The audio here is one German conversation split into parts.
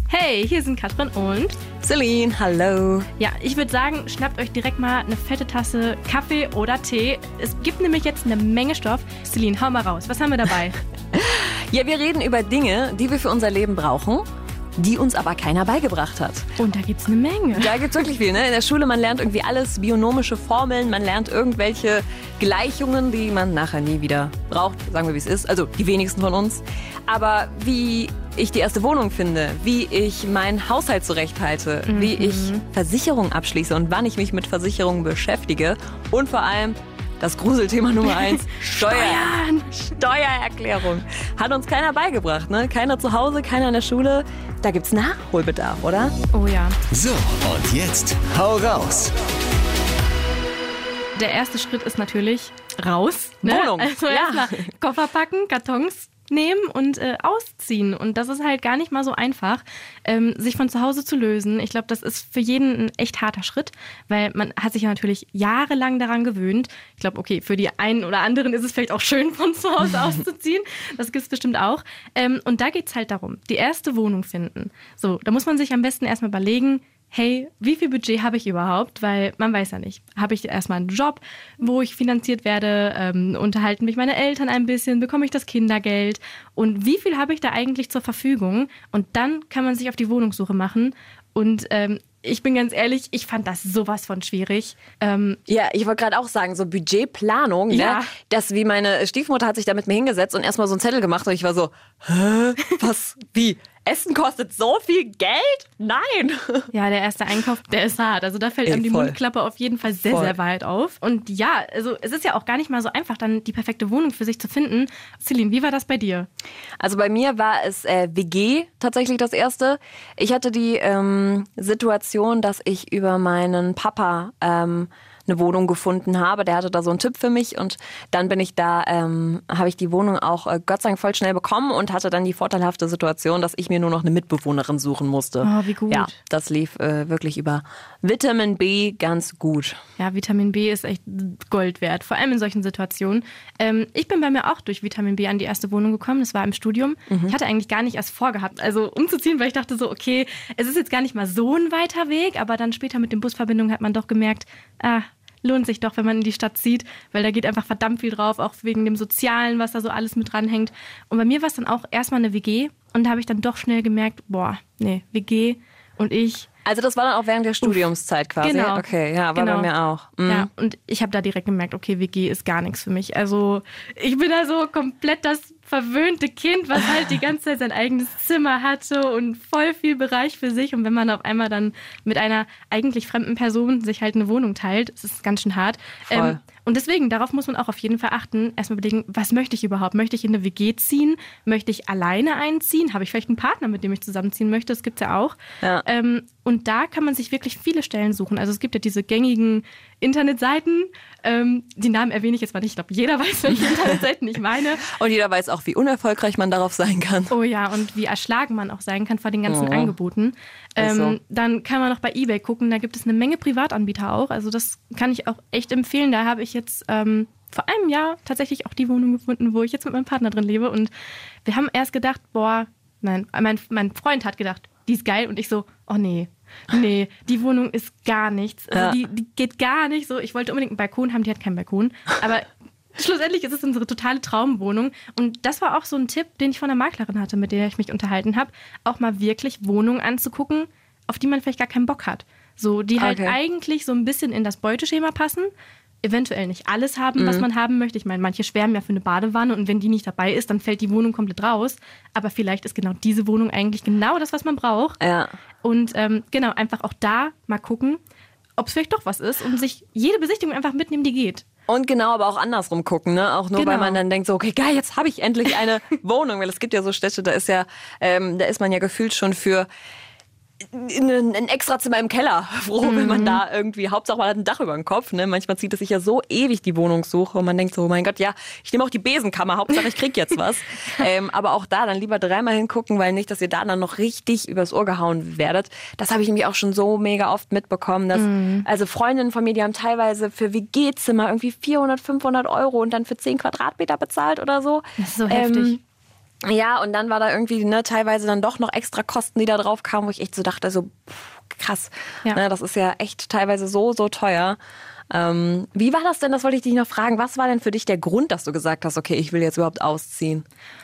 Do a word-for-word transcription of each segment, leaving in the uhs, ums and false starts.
Hey, hier sind Katrin und Celine, hallo. Ja, ich würde sagen, schnappt euch direkt mal eine fette Tasse Kaffee oder Tee. Es gibt nämlich jetzt eine Menge Stoff. Celine, hau mal raus. Was haben wir dabei? Ja, wir reden über Dinge, die wir für unser Leben brauchen, die uns aber keiner beigebracht hat. Und da gibt's eine Menge. Da gibt's wirklich viel, ne? In der Schule, man lernt irgendwie alles, bionomische Formeln, man lernt irgendwelche Gleichungen, die man nachher nie wieder braucht, sagen wir, wie es ist. Also die wenigsten von uns. Aber wie ich die erste Wohnung finde, wie ich meinen Haushalt zurechthalte, mhm. wie ich Versicherungen abschließe und wann ich mich mit Versicherungen beschäftige und vor allem das Gruselthema Nummer eins, Steuern. Steuererklärung. Hat uns keiner beigebracht, ne? Keiner zu Hause, keiner in der Schule. Da gibt's Nachholbedarf, oder? Oh ja. So, und jetzt hau raus. Der erste Schritt ist natürlich raus. Ne? Wohnung. Also ja. erstmal Koffer packen, Kartons nehmen und äh, ausziehen. Und das ist halt gar nicht mal so einfach, ähm, sich von zu Hause zu lösen. Ich glaube, das ist für jeden ein echt harter Schritt, weil man hat sich ja natürlich jahrelang daran gewöhnt. Ich glaube, okay, für die einen oder anderen ist es vielleicht auch schön, von zu Hause auszuziehen. Das gibt es bestimmt auch. Ähm, und da geht es halt darum, die erste Wohnung finden. So, da muss man sich am besten erstmal überlegen, hey, wie viel Budget habe ich überhaupt? Weil man weiß ja nicht. Habe ich erstmal einen Job, wo ich finanziert werde? Ähm, unterhalten mich meine Eltern ein bisschen? Bekomme ich das Kindergeld? Und wie viel habe ich da eigentlich zur Verfügung? Und dann kann man sich auf die Wohnungssuche machen. Und ähm, ich bin ganz ehrlich, ich fand das sowas von schwierig. Ähm, ja, ich wollte gerade auch sagen, so Budgetplanung, ja. ne? Das wie meine Stiefmutter hat sich da mit mir hingesetzt und erstmal so einen Zettel gemacht und ich war so, hä? Was? Wie? Essen kostet so viel Geld? Nein! Ja, der erste Einkauf, der ist hart. Also da fällt Ey, einem die voll. Mundklappe auf jeden Fall sehr, Voll. sehr weit auf. Und ja, also es ist ja auch gar nicht mal so einfach, dann die perfekte Wohnung für sich zu finden. Celine, wie war das bei dir? Also bei mir war es äh, W G tatsächlich das erste. Ich hatte die ähm, Situation, dass ich über meinen Papa ähm, eine Wohnung gefunden habe. Der hatte da so einen Tipp für mich und dann bin ich da, ähm, habe ich die Wohnung auch äh, Gott sei Dank voll schnell bekommen und hatte dann die vorteilhafte Situation, dass ich mir nur noch eine Mitbewohnerin suchen musste. Oh, wie gut. Ja, das lief äh, wirklich über Vitamin B ganz gut. Ja, Vitamin B ist echt Gold wert, vor allem in solchen Situationen. Ähm, ich bin bei mir auch durch Vitamin B an die erste Wohnung gekommen, das war im Studium. Mhm. Ich hatte eigentlich gar nicht erst vorgehabt, also umzuziehen, weil ich dachte so, okay, es ist jetzt gar nicht mal so ein weiter Weg, aber dann später mit den Busverbindungen hat man doch gemerkt, ah, lohnt sich doch, wenn man in die Stadt zieht, weil da geht einfach verdammt viel drauf, auch wegen dem Sozialen, was da so alles mit dranhängt. Und bei mir war es dann auch erstmal eine W G und da habe ich dann doch schnell gemerkt, boah, nee, W G und ich. Also das war dann auch während der Studiumszeit quasi? Genau. Okay, ja, war genau. bei mir auch. Mhm. Ja, und ich habe da direkt gemerkt, okay, W G ist gar nichts für mich. Also ich bin da so komplett das verwöhnte Kind, was halt die ganze Zeit sein eigenes Zimmer hatte und voll viel Bereich für sich. Und wenn man auf einmal dann mit einer eigentlich fremden Person sich halt eine Wohnung teilt, das ist ganz schön hart. Ähm, und deswegen, darauf muss man auch auf jeden Fall achten. Erstmal überlegen, was möchte ich überhaupt? Möchte ich in eine W G ziehen? Möchte ich alleine einziehen? Habe ich vielleicht einen Partner, mit dem ich zusammenziehen möchte? Das gibt's ja auch. Ja. Ähm, und da kann man sich wirklich viele Stellen suchen. Also es gibt ja diese gängigen Internetseiten. Ähm, die Namen erwähne ich jetzt mal nicht. Ich glaube, jeder weiß, welche Internetseiten ich meine. Und jeder weiß auch, wie unerfolgreich man darauf sein kann. Oh ja, und wie erschlagen man auch sein kann vor den ganzen Oh. Angeboten. Ähm, so. Dann kann man noch bei eBay gucken. Da gibt es eine Menge Privatanbieter auch. Also das kann ich auch echt empfehlen. Da habe ich jetzt ähm, vor einem Jahr tatsächlich auch die Wohnung gefunden, wo ich jetzt mit meinem Partner drin lebe. Und wir haben erst gedacht, boah, nein, mein, mein Freund hat gedacht, die ist geil. Und ich so, oh nee. Nee, die Wohnung ist gar nichts. Also Ja. die, die geht gar nicht so. Ich wollte unbedingt einen Balkon haben, die hat keinen Balkon. Aber schlussendlich ist es unsere totale Traumwohnung. Und das war auch so ein Tipp, den ich von einer Maklerin hatte, mit der ich mich unterhalten habe, auch mal wirklich Wohnungen anzugucken, auf die man vielleicht gar keinen Bock hat. So, die halt Okay. eigentlich so ein bisschen in das Beuteschema passen, eventuell nicht alles haben, was man haben möchte. Ich meine, manche schwärmen ja für eine Badewanne und wenn die nicht dabei ist, dann fällt die Wohnung komplett raus. Aber vielleicht ist genau diese Wohnung eigentlich genau das, was man braucht. Ja. Und ähm, genau, einfach auch da mal gucken, ob es vielleicht doch was ist und sich jede Besichtigung einfach mitnehmen, die geht. Und genau, aber auch andersrum gucken, ne? Auch nur, Genau. weil man dann denkt so, okay, geil, jetzt habe ich endlich eine Wohnung. Weil es gibt ja so Städte, da ist ja, ähm, da ist man ja gefühlt schon für ein, ein Extrazimmer im Keller froh, mhm. wenn man da irgendwie, Hauptsache man hat ein Dach über dem Kopf, ne? Manchmal zieht es sich ja so ewig, die Wohnungssuche, und man denkt so, oh mein Gott, ja, ich nehme auch die Besenkammer, Hauptsache ich krieg jetzt was. ähm, aber auch da dann lieber dreimal hingucken, weil nicht, dass ihr da dann noch richtig übers Ohr gehauen werdet. Das habe ich nämlich auch schon so mega oft mitbekommen, dass mhm. also Freundinnen von mir, die haben teilweise für W G-Zimmer irgendwie vierhundert, fünfhundert Euro und dann für zehn Quadratmeter bezahlt oder so. Das ist so ähm, heftig. Ja, und dann war da irgendwie ne, teilweise dann doch noch extra Kosten, die da drauf kamen, wo ich echt so dachte, so pff, krass, Ja. ne, das ist ja echt teilweise so, so teuer. Ähm, wie war das denn, das wollte ich dich noch fragen, was war denn für dich der Grund, dass du gesagt hast, okay, ich will jetzt überhaupt ausziehen?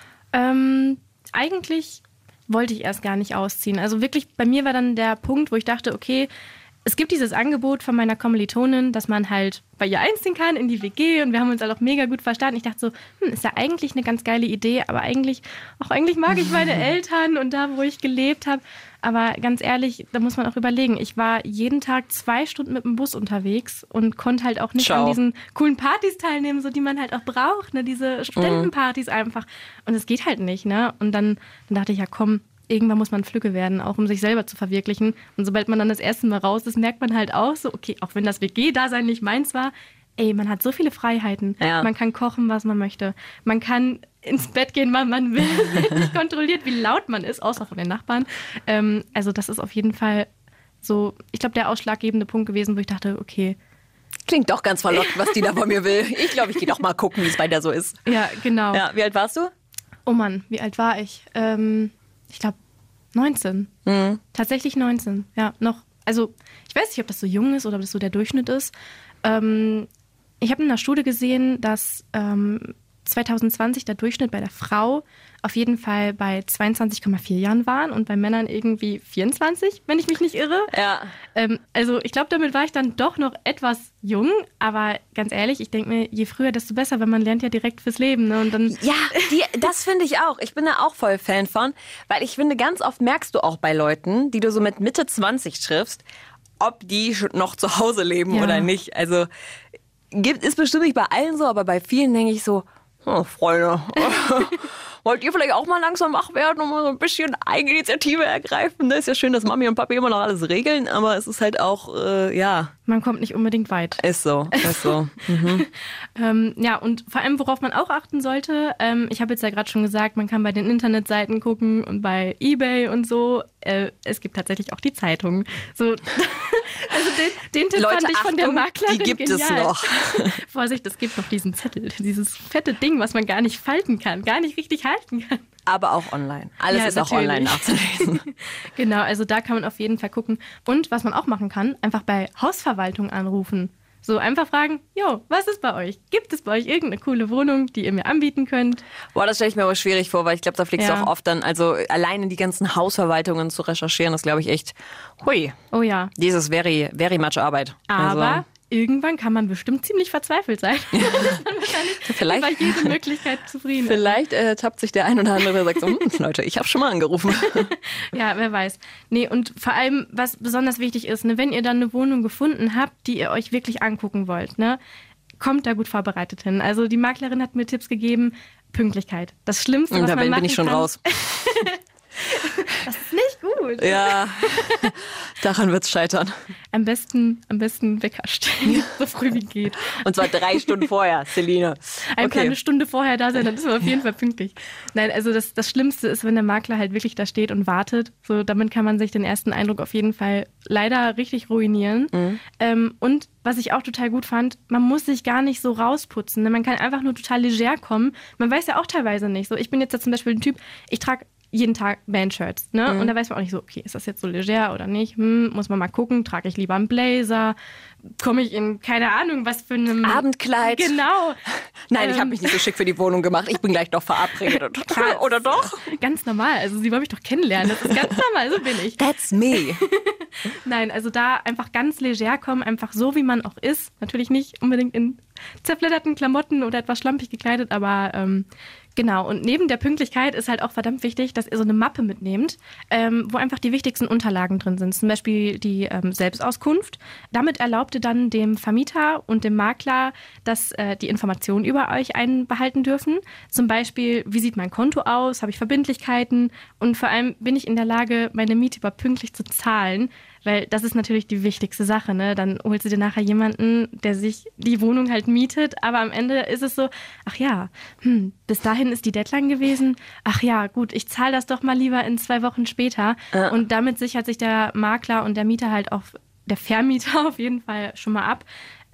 Ähm, eigentlich wollte ich erst gar nicht ausziehen. Also wirklich, bei mir war dann der Punkt, wo ich dachte, okay, es gibt dieses Angebot von meiner Kommilitonin, dass man halt bei ihr einziehen kann in die W G und wir haben uns halt auch mega gut verstanden. Ich dachte so, hm, ist ja eigentlich eine ganz geile Idee, aber eigentlich, auch eigentlich mag ich meine Eltern und da, wo ich gelebt habe. Aber ganz ehrlich, da muss man auch überlegen. Ich war jeden Tag zwei Stunden mit dem Bus unterwegs und konnte halt auch nicht Ciao. an diesen coolen Partys teilnehmen, so die man halt auch braucht, ne? Diese Studentenpartys einfach. Und es geht halt nicht, ne? Und dann, dann dachte ich, ja komm, irgendwann muss man Flügge werden, auch um sich selber zu verwirklichen. Und sobald man dann das erste Mal raus ist, merkt man halt auch so, okay, auch wenn das W G-Dasein nicht meins war, ey, man hat so viele Freiheiten. Ja. Man kann kochen, was man möchte. Man kann ins Bett gehen, wann man will. Es wird nicht kontrolliert, wie laut man ist, außer von den Nachbarn. Ähm, also das ist auf jeden Fall so, ich glaube, der ausschlaggebende Punkt gewesen, wo ich dachte, okay. Klingt doch ganz verlockend, was die da von mir will. Ich glaube, ich gehe doch mal gucken, wie es bei der so ist. Ja, genau. Ja, wie alt warst du? Oh Mann, wie alt war ich? Ähm, ich glaube neunzehn. Mhm. Tatsächlich neunzehn, ja, noch. Also ich weiß nicht, ob das so jung ist oder ob das so der Durchschnitt ist. Ähm, ich habe in einer Studie gesehen, dass ähm, zwanzig zwanzig der Durchschnitt bei der Frau auf jeden Fall bei zweiundzwanzig Komma vier Jahren waren und bei Männern irgendwie vierundzwanzig, wenn ich mich nicht irre. Ja. Ähm, also ich glaube, damit war ich dann doch noch etwas jung, aber ganz ehrlich, ich denke mir, je früher, desto besser, weil man lernt ja direkt fürs Leben. Ne? Und dann Ja, die, das finde ich auch. Ich bin da auch voll Fan von, weil ich finde, ganz oft merkst du auch bei Leuten, die du so mit Mitte zwanzig triffst, ob die schon noch zu Hause leben Ja. oder nicht. Also gibt, ist bestimmt nicht bei allen so, aber bei vielen denke ich so, oh, Freunde, wollt ihr vielleicht auch mal langsam wach werden und mal so ein bisschen Eigeninitiative ergreifen? Das ist ja schön, dass Mami und Papi immer noch alles regeln, aber es ist halt auch, äh, ja, man kommt nicht unbedingt weit. ist so, ist so. Mhm. Ähm, ja, und vor allem, worauf man auch achten sollte, ähm, ich habe jetzt ja gerade schon gesagt, man kann bei den Internetseiten gucken und bei eBay und so. Äh, es gibt tatsächlich auch die Zeitung. So, also den, den Tipp Leute, fand ich von der Achtung, Maklerin die gibt genial. es noch. Vorsicht, es gibt noch diesen Zettel, dieses fette Ding, was man gar nicht falten kann, gar nicht richtig halten kann. Aber auch online. Alles Ja, ist auch natürlich. online nachzulesen. Genau, also da kann man auf jeden Fall gucken. Und was man auch machen kann, einfach bei Hausverwaltung anrufen. So einfach fragen, jo, was ist bei euch? Gibt es bei euch irgendeine coole Wohnung, die ihr mir anbieten könnt? Boah, das stelle ich mir aber schwierig vor, weil ich glaube, da fliegst Ja. du auch oft dann, also alleine die ganzen Hausverwaltungen zu recherchieren, das glaube ich echt, hui, Oh ja, dieses very, very much Arbeit. aber Also, irgendwann kann man bestimmt ziemlich verzweifelt sein. Dann ist man wahrscheinlich Vielleicht- über jede Möglichkeit zufrieden. vielleicht äh, tappt sich der ein oder andere, der sagt so, hm, Leute, ich habe schon mal angerufen. Ja, wer weiß. Nee, und vor allem, was besonders wichtig ist, ne, wenn ihr dann eine Wohnung gefunden habt, die ihr euch wirklich angucken wollt, ne, kommt da gut vorbereitet hin. Also die Maklerin hat mir Tipps gegeben, Pünktlichkeit. Das Schlimmste, was Da man bin, machen bin ich schon kann. raus. Das ist nicht gut. Ja, daran wird's scheitern. Am besten, am besten Wecker stellen, so früh wie geht. Und zwar drei Stunden vorher, Celine. Einfach Okay. eine Stunde vorher da sein, dann ist man auf jeden Fall pünktlich. Nein, also das, das Schlimmste ist, wenn der Makler halt wirklich da steht und wartet. So, damit kann man sich den ersten Eindruck auf jeden Fall leider richtig ruinieren. Mhm. Ähm, und was ich auch total gut fand, man muss sich gar nicht so rausputzen. Ne? Man kann einfach nur total leger kommen. Man weiß ja auch teilweise nicht. So, ich bin jetzt ja zum Beispiel ein Typ, ich trage jeden Tag Bandshirts, ne? Mhm. Und da weiß man auch nicht so, okay, ist das jetzt so leger oder nicht? Hm, muss man mal gucken, trage ich lieber einen Blazer? Komme ich in, keine Ahnung, was für einem... Abendkleid. Genau. Nein, ich Ähm. habe mich nicht so schick für die Wohnung gemacht. Ich bin gleich noch verabredet. Oder doch? Ganz normal. Also sie wollen mich doch kennenlernen. Das ist ganz normal, so bin ich. That's me. Nein, also da einfach ganz leger kommen, einfach so, wie man auch ist. Natürlich nicht unbedingt in zerfledderten Klamotten oder etwas schlampig gekleidet, aber ähm, genau. Und neben der Pünktlichkeit ist halt auch verdammt wichtig, dass ihr so eine Mappe mitnehmt, ähm, wo einfach die wichtigsten Unterlagen drin sind. Zum Beispiel die ähm, Selbstauskunft. Damit erlaubt ihr dann dem Vermieter und dem Makler, dass äh, die Informationen über euch einbehalten dürfen. Zum Beispiel, wie sieht mein Konto aus? Habe ich Verbindlichkeiten? Und vor allem bin ich in der Lage, meine Miete über pünktlich zu zahlen? Weil das ist natürlich die wichtigste Sache, ne? Dann holst du dir nachher jemanden, der sich die Wohnung halt mietet, aber am Ende ist es so, ach ja, hm, bis dahin ist die Deadline gewesen. Ach ja, gut, ich zahle das doch mal lieber in zwei Wochen später. Ja. Und damit sichert sich der Makler und der Mieter halt auch, der Vermieter auf jeden Fall schon mal ab.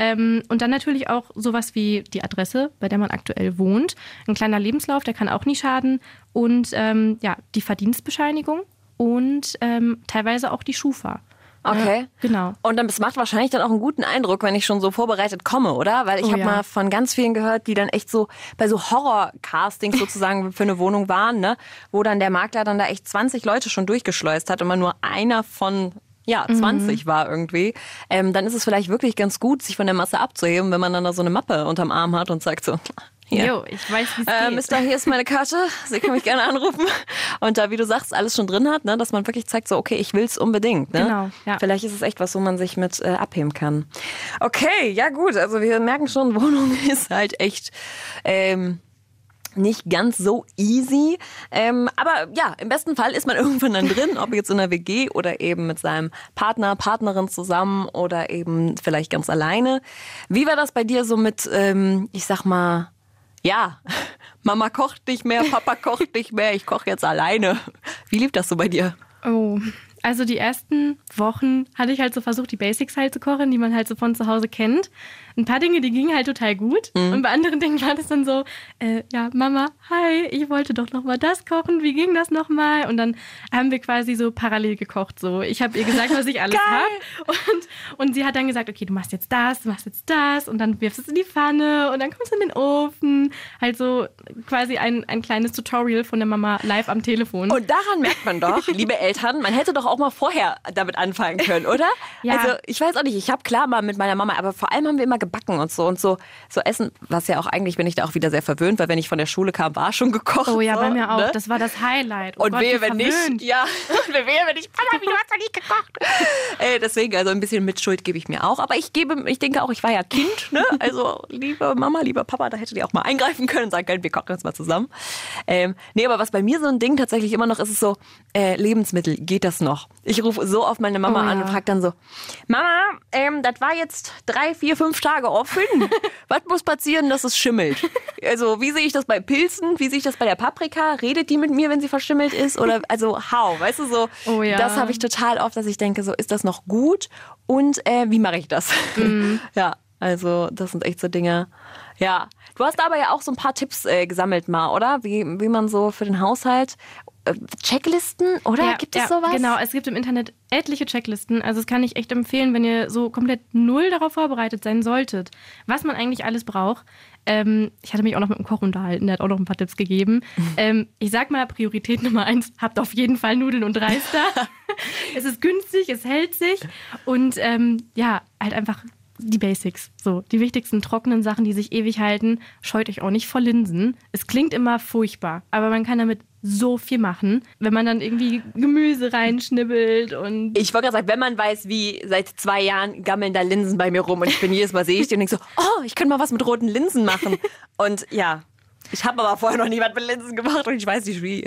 Ähm, und dann natürlich auch sowas wie die Adresse, bei der man aktuell wohnt. Ein kleiner Lebenslauf, der kann auch nie schaden. Und ähm, ja, die Verdienstbescheinigung und ähm, teilweise auch die Schufa. Okay. Ja, genau. Und dann, das macht wahrscheinlich dann auch einen guten Eindruck, wenn ich schon so vorbereitet komme, oder? Weil ich Oh, habe ja. mal von ganz vielen gehört, die dann echt so bei so Horror-Castings sozusagen für eine Wohnung waren, ne? Wo dann der Makler dann da echt zwanzig Leute schon durchgeschleust hat und man nur einer von ja, zwanzig mhm. war irgendwie. Ähm, dann ist es vielleicht wirklich ganz gut, sich von der Masse abzuheben, wenn man dann da so eine Mappe unterm Arm hat und sagt so, hier. Jo, ich weiß, wie es äh, geht. Mister, hier ist meine Karte. Sie können mich gerne anrufen. Und da, wie du sagst, alles schon drin hat, ne, dass man wirklich zeigt, so, okay, ich will's unbedingt. Ne? Genau, ja. Vielleicht ist es echt was, wo man sich mit äh, abheben kann. Okay, ja gut. Also wir merken schon, Wohnung ist halt echt ähm, nicht ganz so easy. Ähm, aber ja, im besten Fall ist man irgendwann dann drin, ob jetzt in einer W G oder eben mit seinem Partner, Partnerin zusammen oder eben vielleicht ganz alleine. Wie war das bei dir so mit, ähm, ich sag mal, ja, Mama kocht nicht mehr, Papa kocht nicht mehr, ich koche jetzt alleine. Wie lief das so bei dir? Oh, also die ersten Wochen hatte ich halt so versucht, die Basics halt zu kochen, die man halt so von zu Hause kennt. Ein paar Dinge, die gingen halt total gut. Mhm. Und bei anderen Dingen war das dann so, äh, ja, Mama, hi, ich wollte doch noch mal das kochen. Wie ging das noch mal? Und dann haben wir quasi so parallel gekocht. So, ich habe ihr gesagt, was ich alles habe. Und, und sie hat dann gesagt, okay, du machst jetzt das, du machst jetzt das. Und dann wirfst du es in die Pfanne und dann kommst du in den Ofen. Halt so quasi ein, ein kleines Tutorial von der Mama live am Telefon. Und daran merkt man doch, liebe Eltern, man hätte doch auch mal vorher damit anfangen können, oder? Ja. Also ich weiß auch nicht, ich habe klar mal mit meiner Mama, aber vor allem haben wir immer gebacken und so und so so Essen, was ja auch eigentlich, bin ich da auch wieder sehr verwöhnt, weil wenn ich von der Schule kam, war schon gekocht. Oh ja, so, bei mir auch. Ne? Das war das Highlight. Oh und Gott, wehe, wie wenn nicht, verwöhnt. ja, und wehe, wenn nicht, Papa, wie, du hast doch nicht gekocht. äh, deswegen, also ein bisschen Mitschuld gebe ich mir auch, aber ich gebe, ich denke auch, ich war ja Kind, ne? Also liebe Mama, lieber Papa, da hättet ihr auch mal eingreifen können und sagen können, wir kochen jetzt mal zusammen. Ähm, nee, aber was bei mir so ein Ding tatsächlich immer noch ist, ist so, äh, Lebensmittel, geht das noch? Ich rufe so oft meine Mama Oh, an ja. und frage dann so, Mama, ähm, das war jetzt drei, vier, fünf Tage offen. Was muss passieren, dass es schimmelt? Also wie sehe ich das bei Pilzen? Wie sehe ich das bei der Paprika? Redet die mit mir, wenn sie verschimmelt ist? Oder also how? Weißt du so? Oh, ja. Das habe ich total oft, dass ich denke, so ist das noch gut? Und äh, wie mache ich das? Mhm. Ja, also das sind echt so Dinge. Ja, du hast aber ja auch so ein paar Tipps äh, gesammelt mal, oder? Wie, wie man so für den Haushalt äh, Checklisten, oder? Ja, Gibt es ja, sowas? Genau, es gibt im Internet etliche Checklisten. Also das kann ich echt empfehlen, wenn ihr so komplett null darauf vorbereitet sein solltet, was man eigentlich alles braucht. Ähm, ich hatte mich auch noch mit dem Koch unterhalten, der hat auch noch ein paar Tipps gegeben. Ähm, ich sag mal, Priorität Nummer eins, habt auf jeden Fall Nudeln und Reis da. Es ist günstig, es hält sich und ähm, ja, halt einfach die Basics, so die wichtigsten trockenen Sachen, die sich ewig halten. Scheut euch auch nicht vor Linsen. Es klingt immer furchtbar, aber man kann damit so viel machen, wenn man dann irgendwie Gemüse reinschnibbelt und Ich wollte gerade sagen, wenn man weiß, wie seit zwei Jahren gammeln da Linsen bei mir rum und ich bin jedes Mal, sehe ich die und denke so, oh, ich könnte mal was mit roten Linsen machen. Und ja, ich habe aber vorher noch nie was mit Linsen gemacht und ich weiß nicht wie.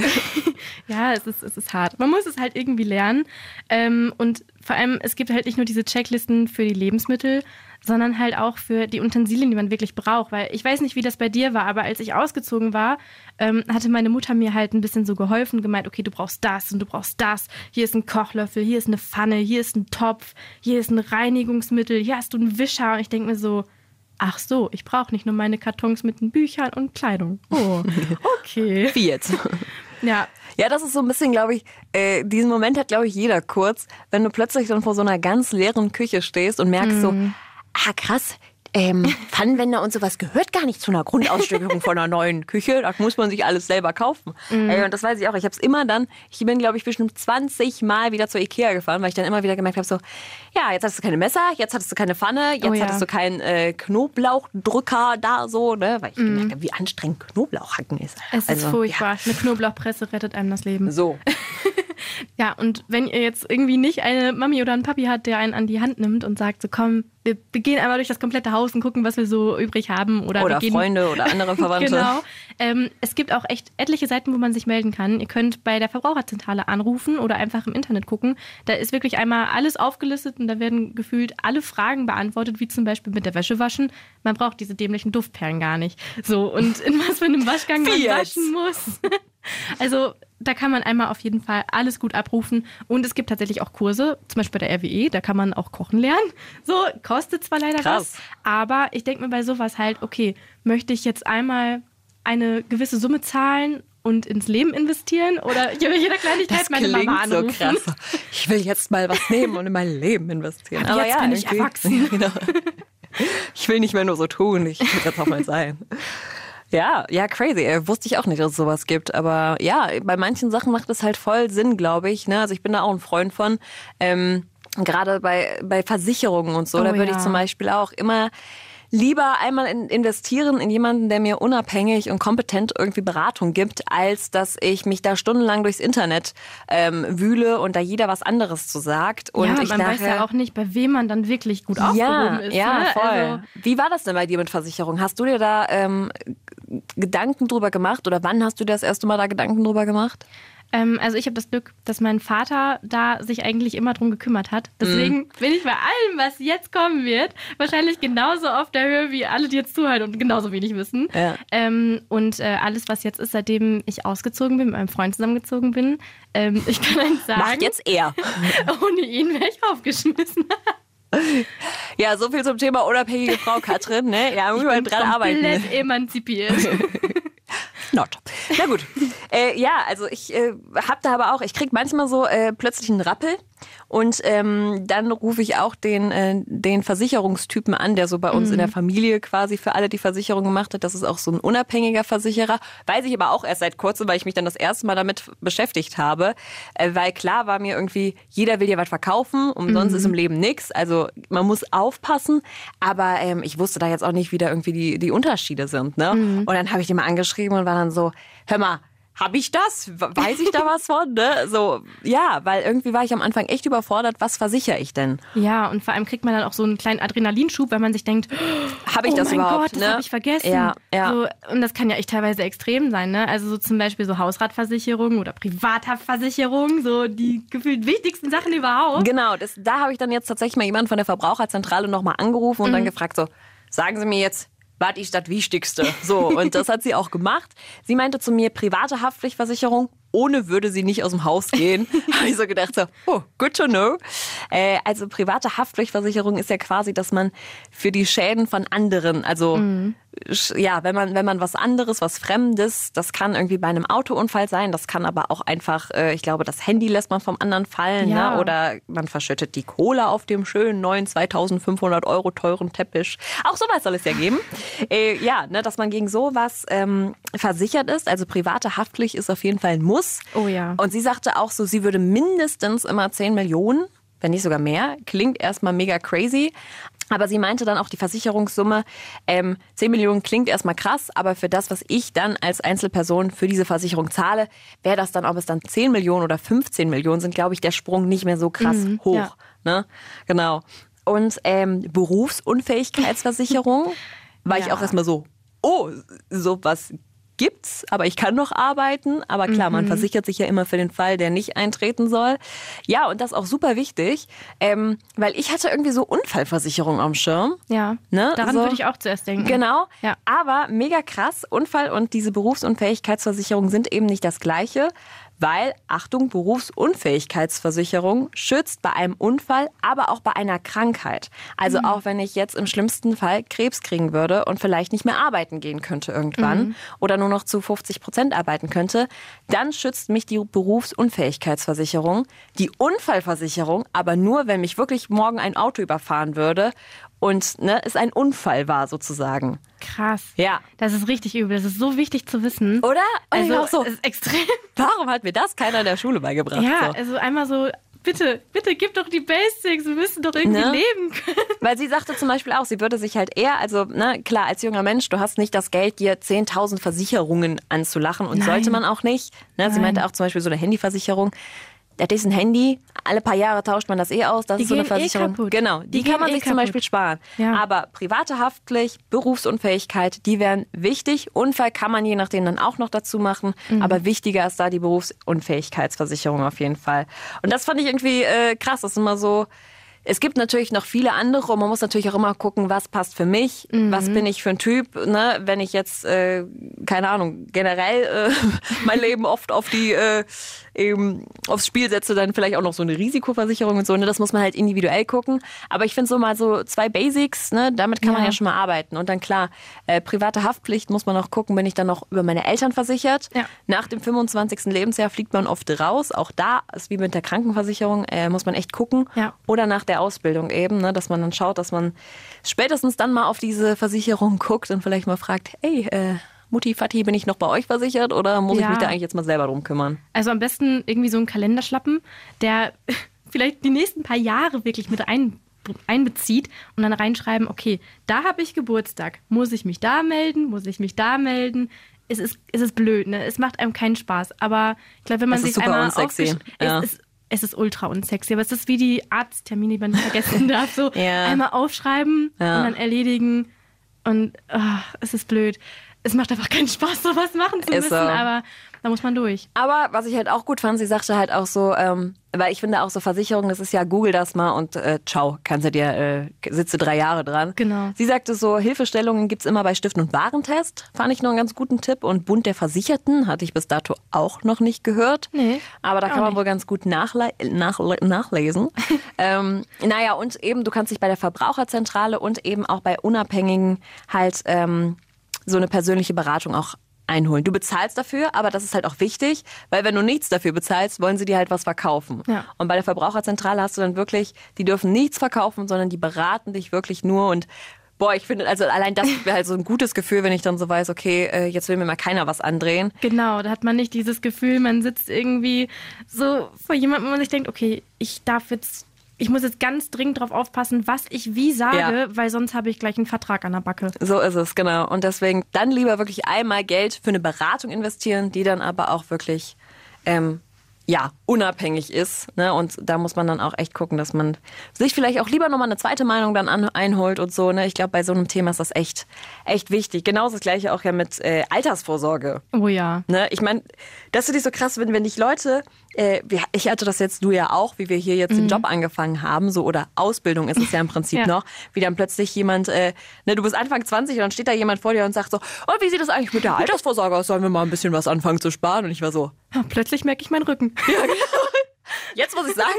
ja, es ist, es ist hart. Man muss es halt irgendwie lernen. Ähm, und vor allem, es gibt halt nicht nur diese Checklisten für die Lebensmittel, sondern halt auch für die Utensilien, die man wirklich braucht. Weil ich weiß nicht, wie das bei dir war, aber als ich ausgezogen war, ähm, hatte meine Mutter mir halt ein bisschen so geholfen, gemeint, okay, du brauchst das und du brauchst das. Hier ist ein Kochlöffel, hier ist eine Pfanne, hier ist ein Topf, hier ist ein Reinigungsmittel, hier hast du einen Wischer. Und ich denke mir so, ach so, ich brauche nicht nur meine Kartons mit den Büchern und Kleidung. Oh, okay. Wie jetzt? Ja, Ja, das ist so ein bisschen, glaube ich, äh, diesen Moment hat, glaube ich, jeder kurz, wenn du plötzlich dann vor so einer ganz leeren Küche stehst und merkst so, ah krass, ähm, Pfannenwender und sowas gehört gar nicht zu einer Grundausstattung von einer neuen Küche. Da muss man sich alles selber kaufen. Mhm. Ey, und das weiß ich auch. Ich habe es immer dann, ich bin, glaube ich, bestimmt zwanzig Mal wieder zur Ikea gefahren, weil ich dann immer wieder gemerkt habe, so, ja, jetzt hattest du keine Messer, jetzt hattest du keine Pfanne, jetzt Oh, ja. hattest du keinen äh, Knoblauchdrücker da so, ne? Weil ich mhm. gemerkt habe, wie anstrengend Knoblauchhacken ist. es Also, ist furchtbar. Eine Knoblauchpresse rettet einem das Leben. Ja, so. Ja, und wenn ihr jetzt irgendwie nicht eine Mami oder einen Papi habt, der einen an die Hand nimmt und sagt so, komm, wir, wir gehen einmal durch das komplette Haus und gucken, was wir so übrig haben. Oder, Oder wir gehen, Freunde oder andere Verwandte. Genau. Ähm, es gibt auch echt etliche Seiten, wo man sich melden kann. Ihr könnt bei der Verbraucherzentrale anrufen oder einfach im Internet gucken. Da ist wirklich einmal alles aufgelistet und da werden gefühlt alle Fragen beantwortet, wie zum Beispiel mit der Wäsche waschen. Man braucht diese dämlichen Duftperlen gar nicht. So, und in was für einem Waschgang man Wie jetzt? waschen muss. Also da kann man einmal auf jeden Fall alles gut abrufen. Und es gibt tatsächlich auch Kurse, zum Beispiel bei der R W E, da kann man auch kochen lernen. So, kostet zwar leider Krass. was, aber ich denke mir bei sowas halt, okay, möchte ich jetzt einmal eine gewisse Summe zahlen und ins Leben investieren oder jeder Kleinigkeit das meine Mama anrufen? So krass. Ich will jetzt mal was nehmen und in mein Leben investieren. Aber, aber jetzt ja, bin ich erwachsen. Ja, genau. Ich will nicht mehr nur so tun, ich will jetzt auch mal sein. Ja, ja, crazy. Wusste ich auch nicht, dass es sowas gibt. Aber ja, bei manchen Sachen macht es halt voll Sinn, glaube ich. Ne? Also ich bin da auch ein Freund von. Ähm, gerade bei, bei Versicherungen und so, oh, da würde ja. ich zum Beispiel auch immer lieber einmal in, investieren in jemanden, der mir unabhängig und kompetent irgendwie Beratung gibt, als dass ich mich da stundenlang durchs Internet ähm, wühle und da jeder was anderes zu sagt. Und ja, ich man nachher, weiß ja auch nicht, bei wem man dann wirklich gut aufgehoben ja, ist. Ja, ne? voll. Also, wie war das denn bei dir mit Versicherung? Hast du dir da ähm, Gedanken drüber gemacht oder wann hast du dir das erste Mal da Gedanken drüber gemacht? Ähm, also ich habe das Glück, dass mein Vater da sich eigentlich immer drum gekümmert hat. Deswegen mm. bin ich bei allem, was jetzt kommen wird, wahrscheinlich genauso auf der Höhe wie alle, die jetzt zuhören und genauso wenig wissen. Ja. Ähm, und äh, alles, was jetzt ist, seitdem ich ausgezogen bin, mit meinem Freund zusammengezogen bin, ähm, ich kann euch sagen... Macht jetzt er. Ohne ihn wäre ich aufgeschmissen. Ja, so viel zum Thema unabhängige Frau, Katrin. Ne? Ja, muss man dran arbeiten. Komplett emanzipiert. Not. Na gut. Äh, ja, also ich äh, hab da aber auch, ich krieg manchmal so äh, plötzlich einen Rappel und ähm, dann rufe ich auch den, äh, den Versicherungstypen an, der so bei uns mhm. in der Familie quasi für alle die Versicherung gemacht hat. Das ist auch so ein unabhängiger Versicherer. Weiß ich aber auch erst seit kurzem, weil ich mich dann das erste Mal damit beschäftigt habe. Äh, weil klar war mir irgendwie, jeder will dir was verkaufen, umsonst mhm. ist im Leben nichts. Also man muss aufpassen. Aber ähm, ich wusste da jetzt auch nicht, wie da irgendwie die, die Unterschiede sind. Ne? Mhm. Und dann habe ich den mal angeschrieben und war dann so, hör mal, habe ich das? Weiß ich da was von? Ne? So, ja, weil irgendwie war ich am Anfang echt überfordert, was versichere ich denn? Ja, und vor allem kriegt man dann auch so einen kleinen Adrenalinschub, weil man sich denkt, habe ich oh das mein überhaupt? Gott, das ne? habe ich vergessen. Ja, ja. So, und das kann ja echt teilweise extrem sein. Ne? Also so zum Beispiel so Hausratversicherung oder Privathaftversicherung, so die gefühlt wichtigsten Sachen überhaupt. Genau, das, da habe ich dann jetzt tatsächlich mal jemanden von der Verbraucherzentrale nochmal angerufen und mhm. dann gefragt, so, sagen Sie mir jetzt, was ist das Wichtigste? So, und das hat sie auch gemacht. Sie meinte zu mir, private Haftpflichtversicherung, ohne würde sie nicht aus dem Haus gehen. Habe ich so gedacht, so, oh, good to know. Äh, also private Haftpflichtversicherung ist ja quasi, dass man für die Schäden von anderen, also mhm. ja, wenn man wenn man was anderes, was Fremdes, das kann irgendwie bei einem Autounfall sein, das kann aber auch einfach, äh, ich glaube, das Handy lässt man vom anderen fallen, ja. ne? Oder man verschüttet die Cola auf dem schönen neuen zweitausendfünfhundert Euro teuren Teppich. Auch sowas soll es ja geben. äh, ja, ne, dass man gegen sowas ähm, versichert ist. Also private Haftpflicht ist auf jeden Fall ein Muss. Oh ja. Und sie sagte auch so, sie würde mindestens immer zehn Millionen, wenn nicht sogar mehr, klingt erstmal mega crazy. Aber sie meinte dann auch die Versicherungssumme, ähm, zehn Millionen klingt erstmal krass, aber für das, was ich dann als Einzelperson für diese Versicherung zahle, wäre das dann, ob es dann zehn Millionen oder fünfzehn Millionen sind, glaube ich, der Sprung nicht mehr so krass mhm, hoch. Ja. Ne? Genau. Und ähm, Berufsunfähigkeitsversicherung war ja. ich auch erstmal so, oh, sowas gibt's, aber ich kann noch arbeiten. Aber klar, mhm. man versichert sich ja immer für den Fall, der nicht eintreten soll. Ja, und das ist auch super wichtig, ähm, weil ich hatte irgendwie so Unfallversicherung am Schirm. Ja, ne? daran so. würde ich auch zuerst denken. Genau, ja. aber mega krass, Unfall und diese Berufsunfähigkeitsversicherung sind eben nicht das Gleiche. Weil, Achtung, Berufsunfähigkeitsversicherung schützt bei einem Unfall, aber auch bei einer Krankheit. Also mhm. auch wenn ich jetzt im schlimmsten Fall Krebs kriegen würde und vielleicht nicht mehr arbeiten gehen könnte irgendwann mhm. oder nur noch zu fünfzig Prozent arbeiten könnte, dann schützt mich die Berufsunfähigkeitsversicherung. Die Unfallversicherung aber nur, wenn mich wirklich morgen ein Auto überfahren würde und ne, es ein Unfall war sozusagen. Krass. Ja. Das ist richtig übel. Das ist so wichtig zu wissen. Oder? Und also, auch so, es ist extrem. Warum hat mir das keiner in der Schule beigebracht? Ja, so. also einmal so, bitte, bitte gib doch die Basics. Wir müssen doch irgendwie ne? leben können. Weil sie sagte zum Beispiel auch, sie würde sich halt eher, also ne, klar, als junger Mensch, du hast nicht das Geld, dir zehntausend Versicherungen anzulachen und Nein. sollte man auch nicht. Ne? Sie meinte auch zum Beispiel so eine Handyversicherung. Das ist ein Handy, alle paar Jahre tauscht man das eh aus, das die ist so eine gehen Versicherung. Eh kaputt. Genau, die, die kann man eh sich kaputt. zum Beispiel sparen. Ja. Aber private Haftpflicht, Berufsunfähigkeit, die wären wichtig. Unfall kann man je nachdem dann auch noch dazu machen. Mhm. Aber wichtiger ist da die Berufsunfähigkeitsversicherung auf jeden Fall. Und das fand ich irgendwie äh, krass. Das ist immer so, es gibt natürlich noch viele andere und man muss natürlich auch immer gucken, was passt für mich, mhm. was bin ich für ein Typ. Ne? Wenn ich jetzt, äh, keine Ahnung, generell äh, mein Leben oft auf die äh, eben aufs Spiel setze, dann vielleicht auch noch so eine Risikoversicherung und so. Ne? Das muss man halt individuell gucken. Aber ich finde so mal so zwei Basics, ne? Damit kann ja. man ja schon mal arbeiten. Und dann klar, äh, private Haftpflicht muss man noch gucken, bin ich dann noch über meine Eltern versichert. Ja. Nach dem fünfundzwanzigsten Lebensjahr fliegt man oft raus. Auch da ist wie mit der Krankenversicherung, äh, muss man echt gucken. Ja. Oder nach der Ausbildung eben, ne? Dass man dann schaut, dass man spätestens dann mal auf diese Versicherung guckt und vielleicht mal fragt, ey, äh, Mutti, Vati, bin ich noch bei euch versichert oder muss ja. ich mich da eigentlich jetzt mal selber drum kümmern? Also am besten irgendwie so einen Kalenderschlappen, der vielleicht die nächsten paar Jahre wirklich mit ein, einbezieht und dann reinschreiben, okay, da habe ich Geburtstag. Muss ich mich da melden? Muss ich mich da melden? Es ist, es ist blöd, ne? Es macht einem keinen Spaß. Aber ich glaube, wenn man sich einmal unsexy. Ja. Es ist, es ist ultra unsexy, aber es ist wie die Arzttermine, die man nicht vergessen darf. So ja. einmal aufschreiben ja. und dann erledigen und oh, es ist blöd. Es macht einfach keinen Spaß, sowas machen zu müssen, so. Aber da muss man durch. Aber was ich halt auch gut fand, sie sagte halt auch so, ähm, weil ich finde auch so Versicherung, das ist ja, google das mal und äh, ciao, kannst du dir, äh, sitze drei Jahre dran. Genau. Sie sagte so, Hilfestellungen gibt's immer bei Stift- und Warentest, fand ich noch einen ganz guten Tipp. Und Bund der Versicherten hatte ich bis dato auch noch nicht gehört. Nee. Aber da kann man nicht. wohl ganz gut nachle- nachle- nachlesen. ähm, naja, und eben, du kannst dich bei der Verbraucherzentrale und eben auch bei Unabhängigen halt ähm, so eine persönliche Beratung auch einholen. Du bezahlst dafür, aber das ist halt auch wichtig, weil wenn du nichts dafür bezahlst, wollen sie dir halt was verkaufen. Ja. Und bei der Verbraucherzentrale hast du dann wirklich, die dürfen nichts verkaufen, sondern die beraten dich wirklich nur und boah, ich finde, also allein das wäre halt so ein gutes Gefühl, wenn ich dann so weiß, okay, jetzt will mir mal keiner was andrehen. Genau, da hat man nicht dieses Gefühl, man sitzt irgendwie so vor jemandem, wo man sich denkt, okay, ich darf jetzt Ich muss jetzt ganz dringend darauf aufpassen, was ich wie sage, ja. weil sonst habe ich gleich einen Vertrag an der Backe. So ist es, genau. Und deswegen dann lieber wirklich einmal Geld für eine Beratung investieren, die dann aber auch wirklich ähm, ja, unabhängig ist. Ne? Und da muss man dann auch echt gucken, dass man sich vielleicht auch lieber nochmal eine zweite Meinung dann an, einholt und so. Ne? Ich glaube, bei so einem Thema ist das echt, echt wichtig. Genauso das Gleiche auch ja mit äh, Altersvorsorge. Oh ja. Ne? Ich meine, das finde ich so krass, wenn, wenn dich Leute, äh, ich hatte das jetzt, du ja auch, wie wir hier jetzt mhm. den Job angefangen haben, so oder Ausbildung ist es ja im Prinzip ja. noch, wie dann plötzlich jemand, äh, ne, du bist Anfang zwanzig und dann steht da jemand vor dir und sagt so, und wie sieht das eigentlich mit der Altersvorsorge aus? Sollen wir mal ein bisschen was anfangen zu sparen? Und ich war so, ja, plötzlich merke ich meinen Rücken. Ja, genau. Jetzt muss ich sagen,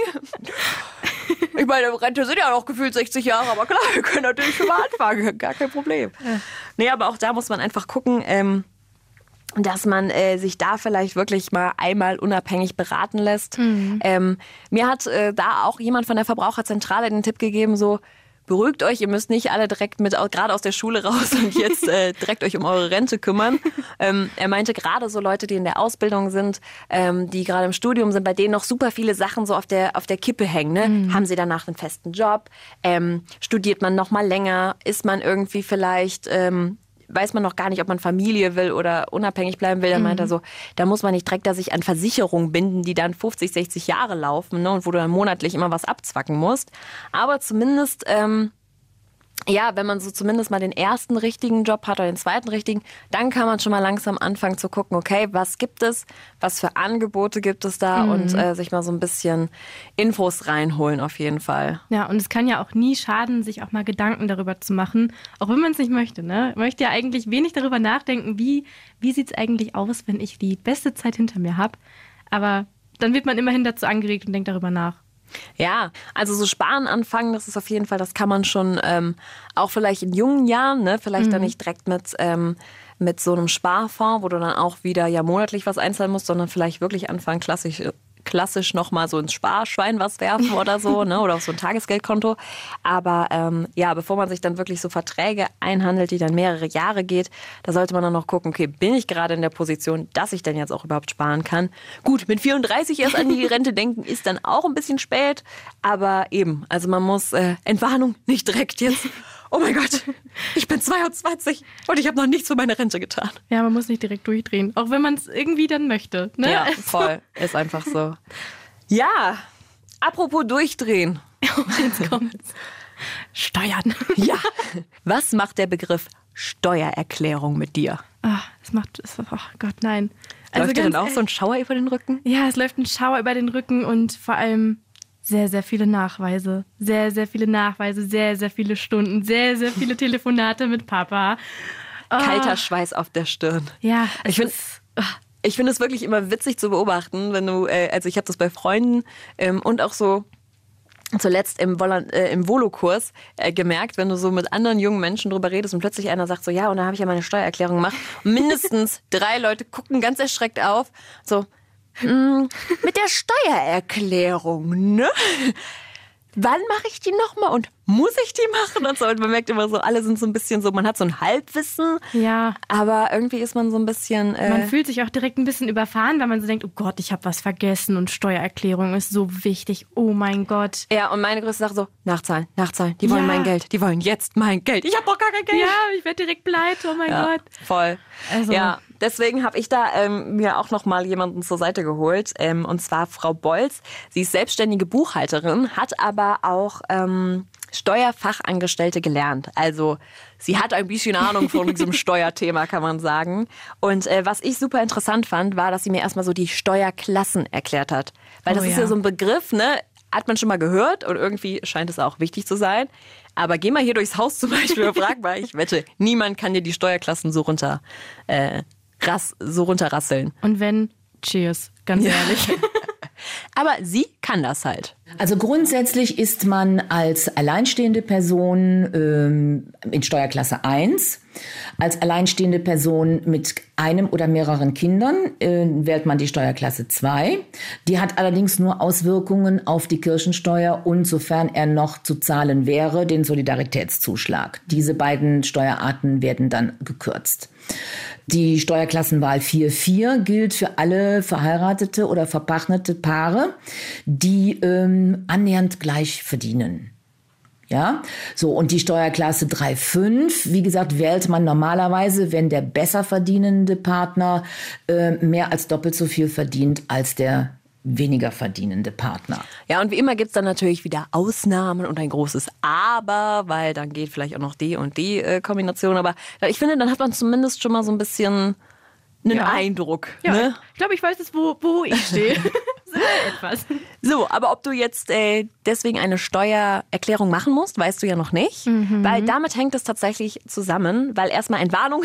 ich meine, Rente sind ja noch gefühlt sechzig Jahre, aber klar, wir können natürlich schon mal anfangen, gar kein Problem. Ja. Nee, aber auch da muss man einfach gucken, ähm, dass man äh, sich da vielleicht wirklich mal einmal unabhängig beraten lässt. Mhm. Ähm, mir hat äh, da auch jemand von der Verbraucherzentrale den Tipp gegeben, so, beruhigt euch, ihr müsst nicht alle direkt mit, gerade aus der Schule raus und jetzt äh, direkt euch um eure Rente kümmern. Ähm, er meinte gerade so Leute, die in der Ausbildung sind, ähm, die gerade im Studium sind, bei denen noch super viele Sachen so auf der, auf der Kippe hängen. Ne? Mhm. Haben sie danach einen festen Job? Ähm, studiert man noch mal länger? Ist man irgendwie vielleicht... Ähm, weiß man noch gar nicht, ob man Familie will oder unabhängig bleiben will. Dann meint er so, da muss man nicht direkt da sich an Versicherungen binden, die dann fünfzig, sechzig Jahre laufen, ne, und wo du dann monatlich immer was abzwacken musst. Aber zumindest, ähm, ja, wenn man so zumindest mal den ersten richtigen Job hat oder den zweiten richtigen, dann kann man schon mal langsam anfangen zu gucken, okay, was gibt es, was für Angebote gibt es da mhm. und äh, sich mal so ein bisschen Infos reinholen auf jeden Fall. Ja, und es kann ja auch nie schaden, sich auch mal Gedanken darüber zu machen, auch wenn man es nicht möchte. Ne? Man möchte ja eigentlich wenig darüber nachdenken, wie, wie sieht es eigentlich aus, wenn ich die beste Zeit hinter mir habe. Aber dann wird man immerhin dazu angeregt und denkt darüber nach. Ja, also so sparen anfangen, das ist auf jeden Fall, das kann man schon ähm, auch vielleicht in jungen Jahren, ne, vielleicht mhm. dann nicht direkt mit, ähm, mit so einem Sparfonds, wo du dann auch wieder ja monatlich was einzahlen musst, sondern vielleicht wirklich anfangen, klassisch klassisch nochmal so ins Sparschwein was werfen oder so, ne, oder auf so ein Tagesgeldkonto. Aber ähm, ja, bevor man sich dann wirklich so Verträge einhandelt, die dann mehrere Jahre geht, da sollte man dann noch gucken, okay, bin ich gerade in der Position, dass ich denn jetzt auch überhaupt sparen kann? Gut, mit vierunddreißig erst an die Rente denken, ist dann auch ein bisschen spät, aber eben, also man muss, äh, Entwarnung, nicht direkt jetzt, oh mein Gott, ich bin zweiundzwanzig und ich habe noch nichts für meine Rente getan. Ja, man muss nicht direkt durchdrehen, auch wenn man es irgendwie dann möchte. Ne? Ja, voll, ist einfach so. Ja, apropos durchdrehen. Jetzt kommt's. Steuern. Ja, was macht der Begriff Steuererklärung mit dir? Ach, das macht, oh Gott, nein. Also läuft dir dann auch so ein Schauer über den Rücken? Ja, es läuft ein Schauer über den Rücken und vor allem Sehr, sehr viele Nachweise. Sehr, sehr viele Nachweise, sehr, sehr viele Stunden, sehr, sehr viele Telefonate mit Papa. Oh. Kalter Schweiß auf der Stirn. Ja, ich finde ich finde es wirklich immer witzig zu beobachten, wenn du, äh, also ich habe das bei Freunden ähm, und auch so zuletzt im, Volan- äh, im Volo-Kurs äh, gemerkt, wenn du so mit anderen jungen Menschen drüber redest und plötzlich einer sagt so, ja, und da habe ich ja meine Steuererklärung gemacht. Und mindestens drei Leute gucken ganz erschreckt auf, so, mh, mit der Steuererklärung, ne? Wann mache ich die nochmal und muss ich die machen und so? Und man merkt immer so, alle sind so ein bisschen so, man hat so ein Halbwissen, ja. aber irgendwie ist man so ein bisschen... Äh man fühlt sich auch direkt ein bisschen überfahren, weil man so denkt, oh Gott, ich habe was vergessen und Steuererklärung ist so wichtig, oh mein Gott. Ja, und meine größte Sache so, nachzahlen, nachzahlen, die wollen ja. mein Geld, die wollen jetzt mein Geld, ich habe doch gar kein Geld. Ja, ich werde direkt pleite, oh mein ja, Gott. Voll. Also. Ja, deswegen habe ich da ähm, mir auch noch mal jemanden zur Seite geholt, ähm, und zwar Frau Bolz. Sie ist selbstständige Buchhalterin, hat aber auch ähm, Steuerfachangestellte gelernt. Also sie hat ein bisschen Ahnung von diesem Steuerthema, kann man sagen. Und äh, was ich super interessant fand, war, dass sie mir erstmal so die Steuerklassen erklärt hat. Weil das oh, ist ja. ja so ein Begriff, ne? Hat man schon mal gehört und irgendwie scheint es auch wichtig zu sein. Aber geh mal hier durchs Haus zum Beispiel und frag mal, ich wette, niemand kann dir die Steuerklassen so runter, äh, rass, so runterrasseln. Und wenn, cheers, ganz ja. ehrlich. Aber sie kann das halt. Also grundsätzlich ist man als alleinstehende Person ähm, in Steuerklasse eins. Als alleinstehende Person mit einem oder mehreren Kindern äh, wählt man die Steuerklasse zwei. Die hat allerdings nur Auswirkungen auf die Kirchensteuer und, sofern er noch zu zahlen wäre, den Solidaritätszuschlag. Diese beiden Steuerarten werden dann gekürzt. Die Steuerklassenwahl vier vier gilt für alle verheiratete oder verpartnerte Paare, die ähm, annähernd gleich verdienen. Ja, so, und die Steuerklasse drei fünf, wie gesagt, wählt man normalerweise, wenn der besser verdienende Partner äh, mehr als doppelt so viel verdient als der weniger verdienende Partner. Ja, und wie immer gibt's dann natürlich wieder Ausnahmen und ein großes Aber, weil dann geht vielleicht auch noch die und die äh, Kombination. Aber ich finde, dann hat man zumindest schon mal so ein bisschen einen ja. Eindruck. Ja, ne? Ich glaube, ich weiß jetzt, wo, wo ich stehe. Etwas. So, aber ob du jetzt äh, deswegen eine Steuererklärung machen musst, weißt du ja noch nicht. Mhm. Weil damit hängt es tatsächlich zusammen, weil erstmal eine Warnung,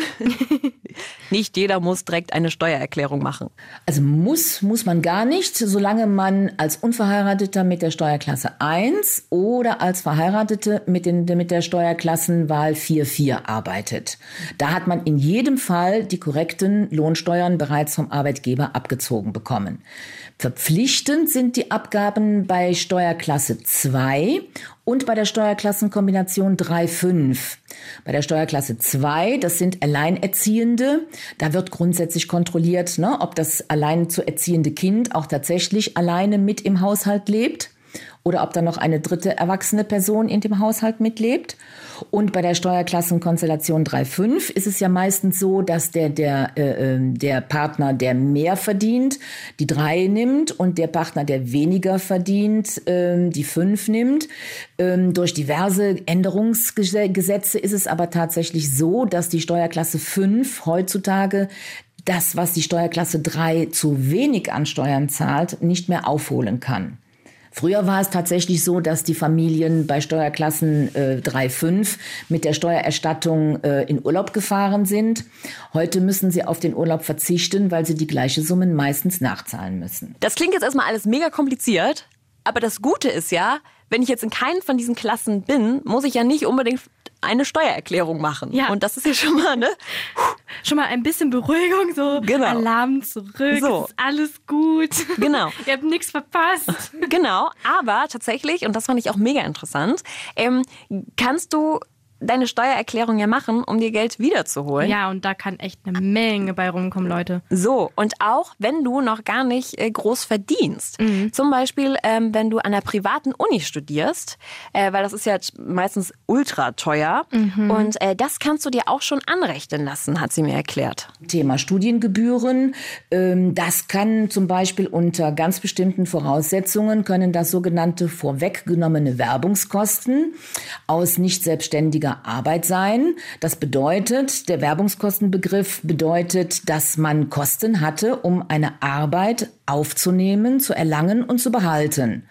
nicht jeder muss direkt eine Steuererklärung machen. Also muss, muss man gar nicht, solange man als Unverheirateter mit der Steuerklasse eins oder als Verheiratete mit, den, mit der Steuerklassenwahl vier vier arbeitet. Da hat man in jedem Fall die korrekten Lohnsteuern bereits vom Arbeitgeber abgezogen bekommen. Verpflichtend sind die Abgaben bei Steuerklasse zwei und bei der Steuerklassenkombination drei fünf. Bei der Steuerklasse zwei, das sind Alleinerziehende, da wird grundsätzlich kontrolliert, ne, ob das allein zu erziehende Kind auch tatsächlich alleine mit im Haushalt lebt oder ob da noch eine dritte erwachsene Person in dem Haushalt mitlebt. Und bei der Steuerklassenkonstellation drei fünf ist es ja meistens so, dass der, der, äh, der Partner, der mehr verdient, die drei nimmt und der Partner, der weniger verdient, äh, die fünf nimmt. Ähm, durch diverse Änderungsgesetze ist es aber tatsächlich so, dass die Steuerklasse fünf heutzutage das, was die Steuerklasse drei zu wenig an Steuern zahlt, nicht mehr aufholen kann. Früher war es tatsächlich so, dass die Familien bei Steuerklassen äh, drei fünf mit der Steuererstattung äh, in Urlaub gefahren sind. Heute müssen sie auf den Urlaub verzichten, weil sie die gleiche Summe meistens nachzahlen müssen. Das klingt jetzt erstmal alles mega kompliziert, aber das Gute ist ja, wenn ich jetzt in keinen von diesen Klassen bin, muss ich ja nicht unbedingt eine Steuererklärung machen. Ja. Und das ist ja schon mal, ne? Schon mal ein bisschen Beruhigung, so genau. Alarm zurück, so. Es ist alles gut. Genau. Ihr habt nichts verpasst. Genau, aber tatsächlich, und das fand ich auch mega interessant, ähm, kannst du deine Steuererklärung ja machen, um dir Geld wiederzuholen. Ja, und da kann echt eine Menge bei rumkommen, Leute. So, und auch wenn du noch gar nicht äh, groß verdienst. Mhm. Zum Beispiel, ähm, wenn du an einer privaten Uni studierst, äh, weil das ist ja meistens ultra teuer. Mhm. Und äh, das kannst du dir auch schon anrechnen lassen, hat sie mir erklärt. Thema Studiengebühren. Ähm, das kann zum Beispiel unter ganz bestimmten Voraussetzungen, können das sogenannte vorweggenommene Werbungskosten aus nicht selbstständiger Arbeit sein. Das bedeutet, der Werbungskostenbegriff bedeutet, dass man Kosten hatte, um eine Arbeit aufzunehmen, zu erlangen und zu behalten.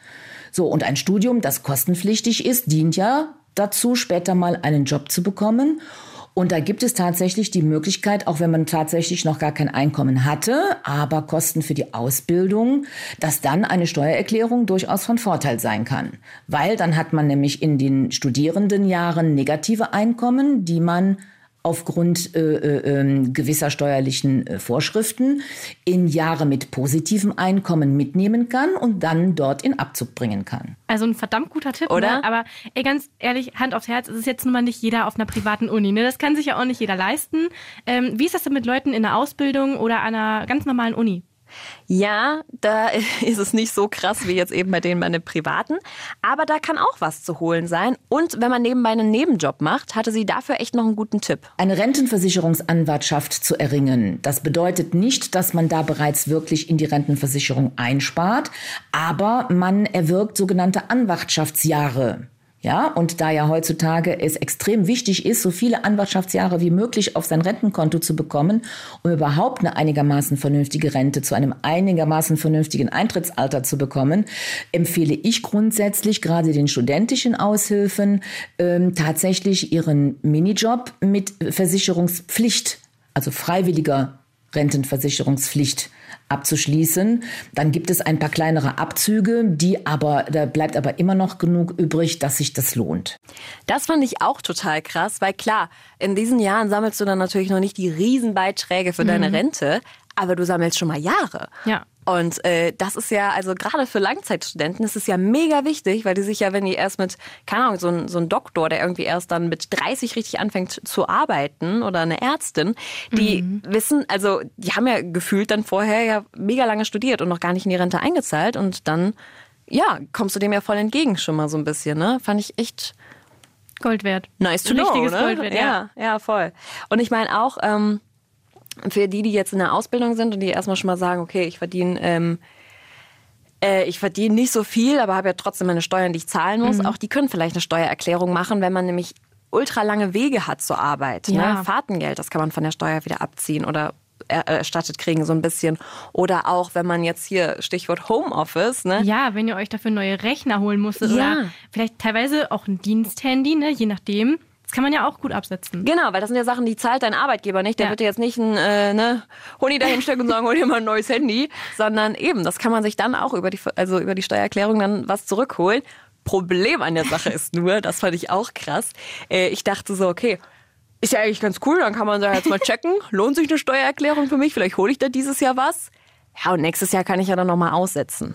So, und ein Studium, das kostenpflichtig ist, dient ja dazu, später mal einen Job zu bekommen. Und da gibt es tatsächlich die Möglichkeit, auch wenn man tatsächlich noch gar kein Einkommen hatte, aber Kosten für die Ausbildung, dass dann eine Steuererklärung durchaus von Vorteil sein kann. Weil dann hat man nämlich in den Studierendenjahren negative Einkommen, die man aufgrund äh, äh, gewisser steuerlichen äh, Vorschriften in Jahre mit positivem Einkommen mitnehmen kann und dann dort in Abzug bringen kann. Also ein verdammt guter Tipp, oder? Ne? Aber ey, ganz ehrlich, Hand aufs Herz, es ist jetzt nun mal nicht jeder auf einer privaten Uni. Ne? Das kann sich ja auch nicht jeder leisten. Ähm, wie ist das denn mit Leuten in der Ausbildung oder an einer ganz normalen Uni? Ja, da ist es nicht so krass wie jetzt eben bei denen bei den Privaten. Aber da kann auch was zu holen sein. Und wenn man nebenbei einen Nebenjob macht, hatte sie dafür echt noch einen guten Tipp. Eine Rentenversicherungsanwartschaft zu erringen, das bedeutet nicht, dass man da bereits wirklich in die Rentenversicherung einspart, aber man erwirkt sogenannte Anwartschaftsjahre. Ja, und da ja heutzutage es extrem wichtig ist, so viele Anwartschaftsjahre wie möglich auf sein Rentenkonto zu bekommen, um überhaupt eine einigermaßen vernünftige Rente zu einem einigermaßen vernünftigen Eintrittsalter zu bekommen, empfehle ich grundsätzlich gerade den studentischen Aushilfen ähm, tatsächlich ihren Minijob mit Versicherungspflicht, also freiwilliger Rentenversicherungspflicht abzuschließen. Dann gibt es ein paar kleinere Abzüge, die aber, da bleibt aber immer noch genug übrig, dass sich das lohnt. Das fand ich auch total krass, weil klar, in diesen Jahren sammelst du dann natürlich noch nicht die Riesenbeiträge für mhm. deine Rente, aber du sammelst schon mal Jahre. Ja. Und äh, das ist ja, also gerade für Langzeitstudenten ist es ja mega wichtig, weil die sich ja, wenn die erst mit, keine Ahnung, so ein, so ein Doktor, der irgendwie erst dann mit dreißig richtig anfängt zu arbeiten oder eine Ärztin, die mhm. wissen, also die haben ja gefühlt dann vorher ja mega lange studiert und noch gar nicht in die Rente eingezahlt und dann, ja, kommst du dem ja voll entgegen schon mal so ein bisschen, ne? Fand ich echt Gold wert. Nice to know, Richtiges ne? Gold wert, ja. Ja, ja, voll. Und ich meine auch, ähm, für die, die jetzt in der Ausbildung sind und die erstmal schon mal sagen, okay, ich verdiene ähm, äh, ich verdiene nicht so viel, aber habe ja trotzdem meine Steuern, die ich zahlen muss. Mhm. Auch die können vielleicht eine Steuererklärung machen, wenn man nämlich ultra lange Wege hat zur Arbeit. Ja. Ne? Fahrtengeld, das kann man von der Steuer wieder abziehen oder erstattet kriegen so ein bisschen. Oder auch, wenn man jetzt hier, Stichwort Homeoffice. Ne? Ja, wenn ihr euch dafür neue Rechner holen musstet ja. oder vielleicht teilweise auch ein Diensthandy, ne? Je nachdem. Das kann man ja auch gut absetzen. Genau, weil das sind ja Sachen, die zahlt dein Arbeitgeber nicht. Der ja. wird dir jetzt nicht ein äh, ne, Huni dahinstecken und sagen, hol dir mal ein neues Handy. Sondern eben, das kann man sich dann auch über die, also über die Steuererklärung dann was zurückholen. Problem an der Sache ist nur, das fand ich auch krass, äh, ich dachte so, okay, ist ja eigentlich ganz cool, dann kann man da jetzt mal checken, lohnt sich eine Steuererklärung für mich, vielleicht hole ich da dieses Jahr was. Ja, und nächstes Jahr kann ich ja dann nochmal aussetzen.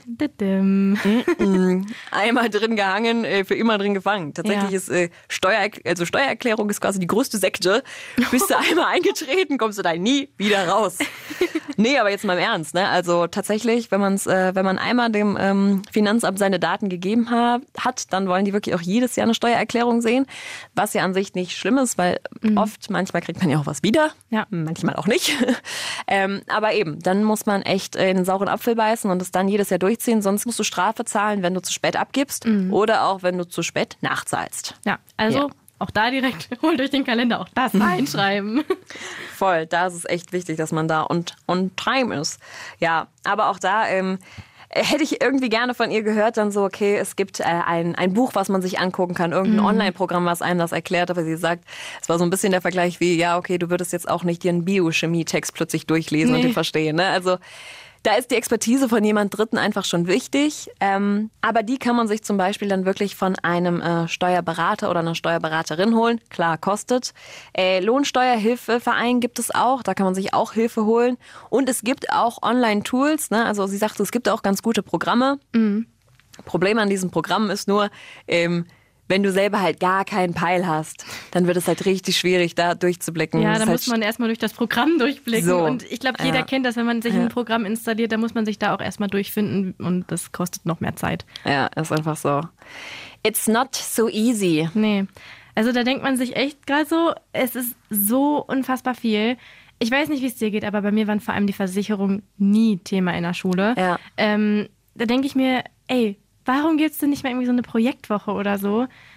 Mm-mm. Einmal drin gehangen, äh, für immer drin gefangen. Tatsächlich ja. ist äh, Steuer, also Steuererklärung ist quasi die größte Sekte. Bist du einmal eingetreten, kommst du da nie wieder raus. Nee, aber jetzt mal im Ernst, ne? Also tatsächlich, wenn man's, äh, wenn man einmal dem ähm, Finanzamt seine Daten gegeben ha- hat, dann wollen die wirklich auch jedes Jahr eine Steuererklärung sehen. Was ja an sich nicht schlimm ist, weil mhm. oft, manchmal kriegt man ja auch was wieder. Ja. Manchmal auch nicht. ähm, aber eben, dann muss man echt in den sauren Apfel beißen und es dann jedes Jahr durchziehen. Sonst musst du Strafe zahlen, wenn du zu spät abgibst mhm. oder auch, wenn du zu spät nachzahlst. Ja, also ja. auch da direkt holt euch den Kalender, auch das reinschreiben. Voll, da ist es echt wichtig, dass man da on, on time ist. Ja, aber auch da ähm, hätte ich irgendwie gerne von ihr gehört, dann so, okay, es gibt äh, ein, ein Buch, was man sich angucken kann, irgendein mhm. Online-Programm, was einem das erklärt, aber sie sagt, es war so ein bisschen der Vergleich wie, ja, okay, du würdest jetzt auch nicht dir einen Biochemie-Text plötzlich durchlesen nee. und den verstehen, ne? Also da ist die Expertise von jemand Dritten einfach schon wichtig. Ähm, aber die kann man sich zum Beispiel dann wirklich von einem äh, Steuerberater oder einer Steuerberaterin holen. Klar, kostet. Äh, Lohnsteuerhilfeverein gibt es auch. Da kann man sich auch Hilfe holen. Und es gibt auch Online-Tools. Ne? Also sie sagte, es gibt auch ganz gute Programme. Mhm. Problem an diesen Programmen ist nur, ähm, wenn du selber halt gar keinen Peil hast, dann wird es halt richtig schwierig, da durchzublicken. Ja, da muss halt man erstmal durch das Programm durchblicken. So. Und ich glaube, jeder ja. kennt das, wenn man sich ja. ein Programm installiert, da muss man sich da auch erstmal durchfinden und das kostet noch mehr Zeit. Ja, ist einfach so. It's not so easy. Nee, also da denkt man sich echt gerade so, es ist so unfassbar viel. Ich weiß nicht, wie es dir geht, aber bei mir waren vor allem die Versicherungen nie Thema in der Schule. Ja. Ähm, da denke ich mir, ey, warum gibt es denn nicht mal irgendwie so eine Projektwoche oder so?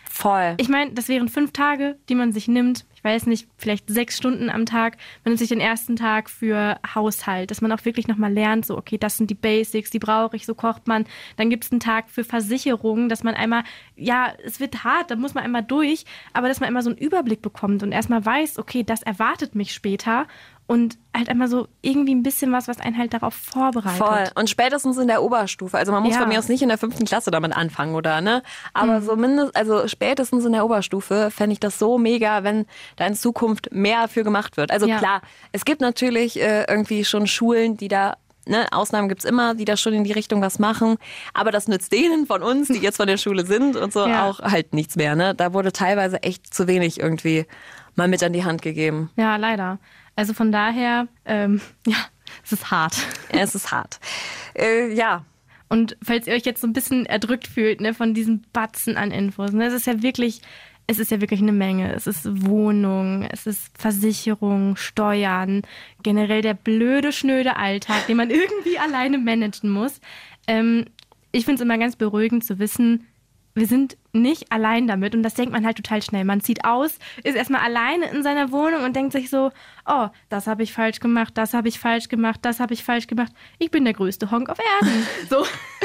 Voll. Ich meine, das wären fünf Tage, die man sich nimmt. Ich weiß nicht, vielleicht sechs Stunden am Tag. Man nimmt sich den ersten Tag für Haushalt, dass man auch wirklich nochmal lernt, so okay, das sind die Basics, die brauche ich, so kocht man. Dann gibt es einen Tag für Versicherungen, dass man einmal, ja, es wird hart, da muss man einmal durch, aber dass man immer so einen Überblick bekommt und erstmal weiß, okay, das erwartet mich später. Und halt einmal so irgendwie ein bisschen was, was einen halt darauf vorbereitet. Voll. Und spätestens in der Oberstufe. Also man muss Ja. von mir aus nicht in der fünften Klasse damit anfangen, oder? Ne? Aber Mhm. so mindestens, also spätestens in der Oberstufe fände ich das so mega, wenn da in Zukunft mehr für gemacht wird. Also Ja. klar, es gibt natürlich äh, irgendwie schon Schulen, die da, ne, Ausnahmen gibt's immer, die da schon in die Richtung was machen. Aber das nützt denen von uns, die jetzt von der Schule sind und so, Ja. auch halt nichts mehr. Ne? Da wurde teilweise echt zu wenig irgendwie mal mit an die Hand gegeben. Ja, leider. Also von daher, ähm, ja, es ist hart. Es ist hart. Äh, ja. Und falls ihr euch jetzt so ein bisschen erdrückt fühlt, ne, von diesem Batzen an Infos, ne, es ist ja wirklich, es ist ja wirklich eine Menge. Es ist Wohnung, es ist Versicherung, Steuern, generell der blöde, schnöde Alltag, den man irgendwie alleine managen muss. Ähm, ich finde es immer ganz beruhigend zu wissen, wir sind nicht allein damit und das denkt man halt total schnell. Man zieht aus, ist erstmal alleine in seiner Wohnung und denkt sich so, oh, das habe ich falsch gemacht, das habe ich falsch gemacht, das habe ich falsch gemacht. Ich bin der größte Honk auf Erden. So.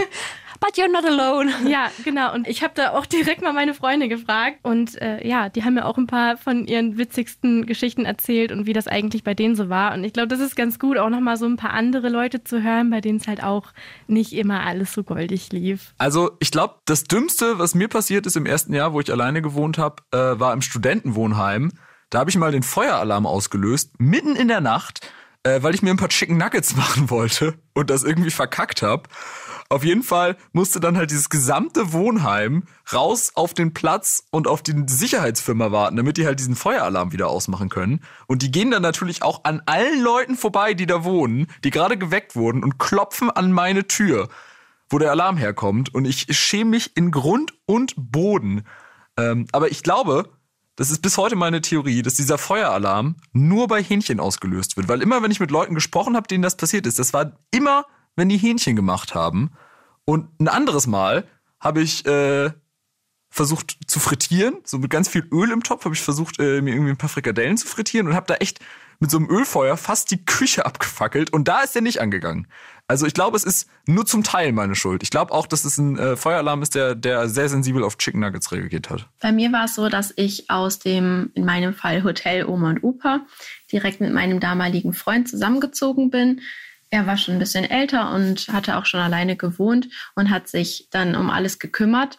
But you're not alone. Ja, genau. Und ich habe da auch direkt mal meine Freunde gefragt. Und äh, ja, die haben mir auch ein paar von ihren witzigsten Geschichten erzählt und wie das eigentlich bei denen so war. Und ich glaube, das ist ganz gut, auch nochmal so ein paar andere Leute zu hören, bei denen es halt auch nicht immer alles so goldig lief. Also ich glaube, das Dümmste, was mir passiert ist im ersten Jahr, wo ich alleine gewohnt habe, äh, war im Studentenwohnheim. Da habe ich mal den Feueralarm ausgelöst, mitten in der Nacht, äh, weil ich mir ein paar Chicken Nuggets machen wollte und das irgendwie verkackt habe. Auf jeden Fall musste dann halt dieses gesamte Wohnheim raus auf den Platz und auf die Sicherheitsfirma warten, damit die halt diesen Feueralarm wieder ausmachen können. Und die gehen dann natürlich auch an allen Leuten vorbei, die da wohnen, die gerade geweckt wurden und klopfen an meine Tür, wo der Alarm herkommt. Und ich schäme mich in Grund und Boden. Ähm, aber ich glaube, das ist bis heute meine Theorie, dass dieser Feueralarm nur bei Hähnchen ausgelöst wird. Weil immer, wenn ich mit Leuten gesprochen habe, denen das passiert ist, das war immer, wenn die Hähnchen gemacht haben. Und ein anderes Mal habe ich äh, versucht zu frittieren, so mit ganz viel Öl im Topf habe ich versucht, äh, mir irgendwie ein paar Frikadellen zu frittieren und habe da echt mit so einem Ölfeuer fast die Küche abgefackelt und da ist der nicht angegangen. Also ich glaube, es ist nur zum Teil meine Schuld. Ich glaube auch, dass es ein äh, Feueralarm ist, der, der sehr sensibel auf Chicken Nuggets reagiert hat. Bei mir war es so, dass ich aus dem, in meinem Fall Hotel Oma und Opa, direkt mit meinem damaligen Freund zusammengezogen bin. Er war schon ein bisschen älter und hatte auch schon alleine gewohnt und hat sich dann um alles gekümmert,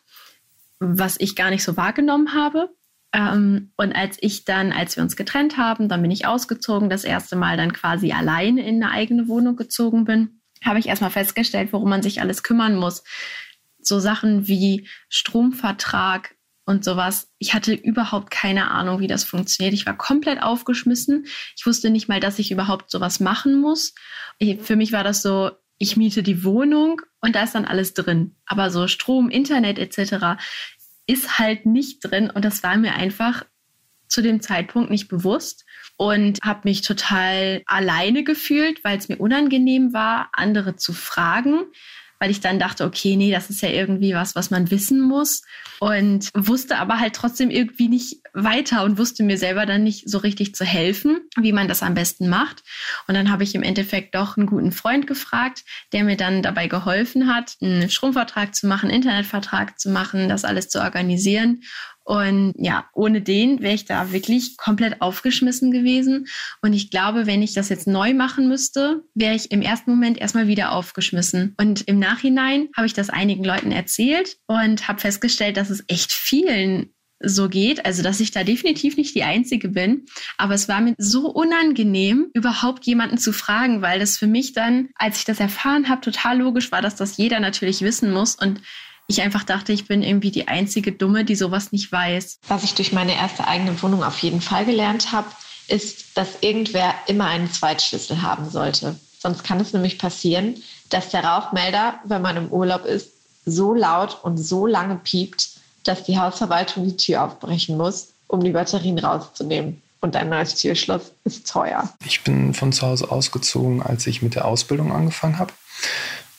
was ich gar nicht so wahrgenommen habe. Und als ich dann, als wir uns getrennt haben, dann bin ich ausgezogen, das erste Mal dann quasi alleine in eine eigene Wohnung gezogen bin, habe ich erstmal festgestellt, worum man sich alles kümmern muss. So Sachen wie Stromvertrag und sowas. Ich hatte überhaupt keine Ahnung, wie das funktioniert. Ich war komplett aufgeschmissen. Ich wusste nicht mal, dass ich überhaupt sowas machen muss. Für mich war das so, ich miete die Wohnung und da ist dann alles drin. Aber so Strom, Internet et cetera ist halt nicht drin. Und das war mir einfach zu dem Zeitpunkt nicht bewusst. Und habe mich total alleine gefühlt, weil es mir unangenehm war, andere zu fragen. Weil ich dann dachte, okay, nee, das ist ja irgendwie was, was man wissen muss. Und wusste aber halt trotzdem irgendwie nicht weiter und wusste mir selber dann nicht so richtig zu helfen, wie man das am besten macht. Und dann habe ich im Endeffekt doch einen guten Freund gefragt, der mir dann dabei geholfen hat, einen Stromvertrag zu machen, einen Internetvertrag zu machen, das alles zu organisieren. Und ja, ohne den wäre ich da wirklich komplett aufgeschmissen gewesen. Und ich glaube, wenn ich das jetzt neu machen müsste, wäre ich im ersten Moment erstmal wieder aufgeschmissen. Und im Nachhinein habe ich das einigen Leuten erzählt und habe festgestellt, dass es echt vielen so geht. Also, dass ich da definitiv nicht die Einzige bin. Aber es war mir so unangenehm, überhaupt jemanden zu fragen, weil das für mich dann, als ich das erfahren habe, total logisch war, dass das jeder natürlich wissen muss. Und ich einfach dachte, ich bin irgendwie die einzige Dumme, die sowas nicht weiß. Was ich durch meine erste eigene Wohnung auf jeden Fall gelernt habe, ist, dass irgendwer immer einen Zweitschlüssel haben sollte. Sonst kann es nämlich passieren, dass der Rauchmelder, wenn man im Urlaub ist, so laut und so lange piept, dass die Hausverwaltung die Tür aufbrechen muss, um die Batterien rauszunehmen. Und ein neues Türschloss ist teuer. Ich bin von zu Hause ausgezogen, als ich mit der Ausbildung angefangen habe.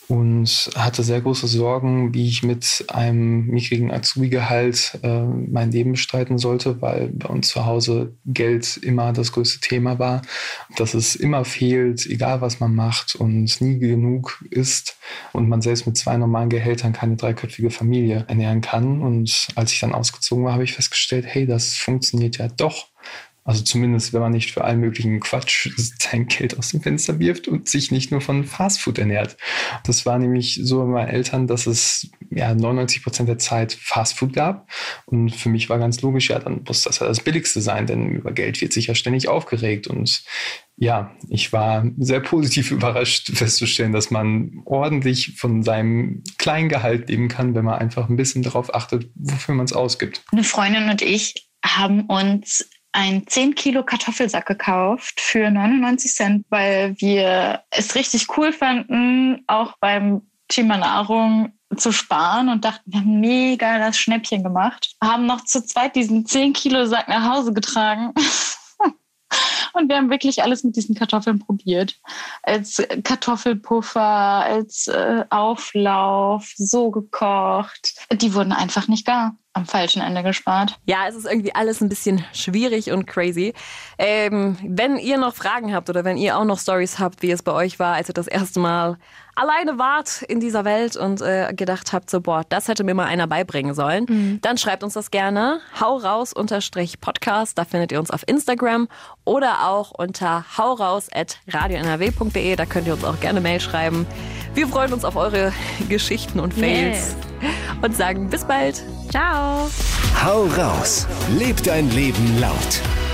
und hatte sehr große Sorgen, wie ich mit einem mickrigen Azubi-Gehalt äh, mein Leben bestreiten sollte, weil bei uns zu Hause Geld immer das größte Thema war, dass es immer fehlt, egal was man macht und nie genug ist und man selbst mit zwei normalen Gehältern keine dreiköpfige Familie ernähren kann. Und als ich dann ausgezogen war, habe ich festgestellt, hey, das funktioniert ja doch. Also zumindest, wenn man nicht für allen möglichen Quatsch sein Geld aus dem Fenster wirft und sich nicht nur von Fastfood ernährt. Das war nämlich so bei meinen Eltern, dass es ja neunundneunzig Prozent der Zeit Fastfood gab. Und für mich war ganz logisch, ja, dann muss das ja das Billigste sein, denn über Geld wird sich ja ständig aufgeregt. Und ja, ich war sehr positiv überrascht festzustellen, dass man ordentlich von seinem kleinen Gehalt leben kann, wenn man einfach ein bisschen darauf achtet, wofür man es ausgibt. Eine Freundin und ich haben uns einen zehn Kilo Kartoffelsack gekauft für neunundneunzig Cent, weil wir es richtig cool fanden, auch beim Thema Nahrung zu sparen und dachten, wir haben mega das Schnäppchen gemacht. Haben noch zu zweit diesen zehn Kilo Sack nach Hause getragen. Und wir haben wirklich alles mit diesen Kartoffeln probiert. Als Kartoffelpuffer, als äh, Auflauf, so gekocht. Die wurden einfach nicht gar am falschen Ende gespart. Ja, es ist irgendwie alles ein bisschen schwierig und crazy. Ähm, wenn ihr noch Fragen habt oder wenn ihr auch noch Storys habt, wie es bei euch war, als ihr das erste Mal alleine wart in dieser Welt und äh, gedacht habt, so, boah, das hätte mir mal einer beibringen sollen, mhm. dann schreibt uns das gerne. Hau raus unterstrich Podcast, da findet ihr uns auf Instagram oder auch unter hauraus at radio n r w punkt d e, da könnt ihr uns auch gerne Mail schreiben. Wir freuen uns auf eure Geschichten und Fails yes. und sagen bis bald. Ciao. Hau raus, leb dein Leben laut.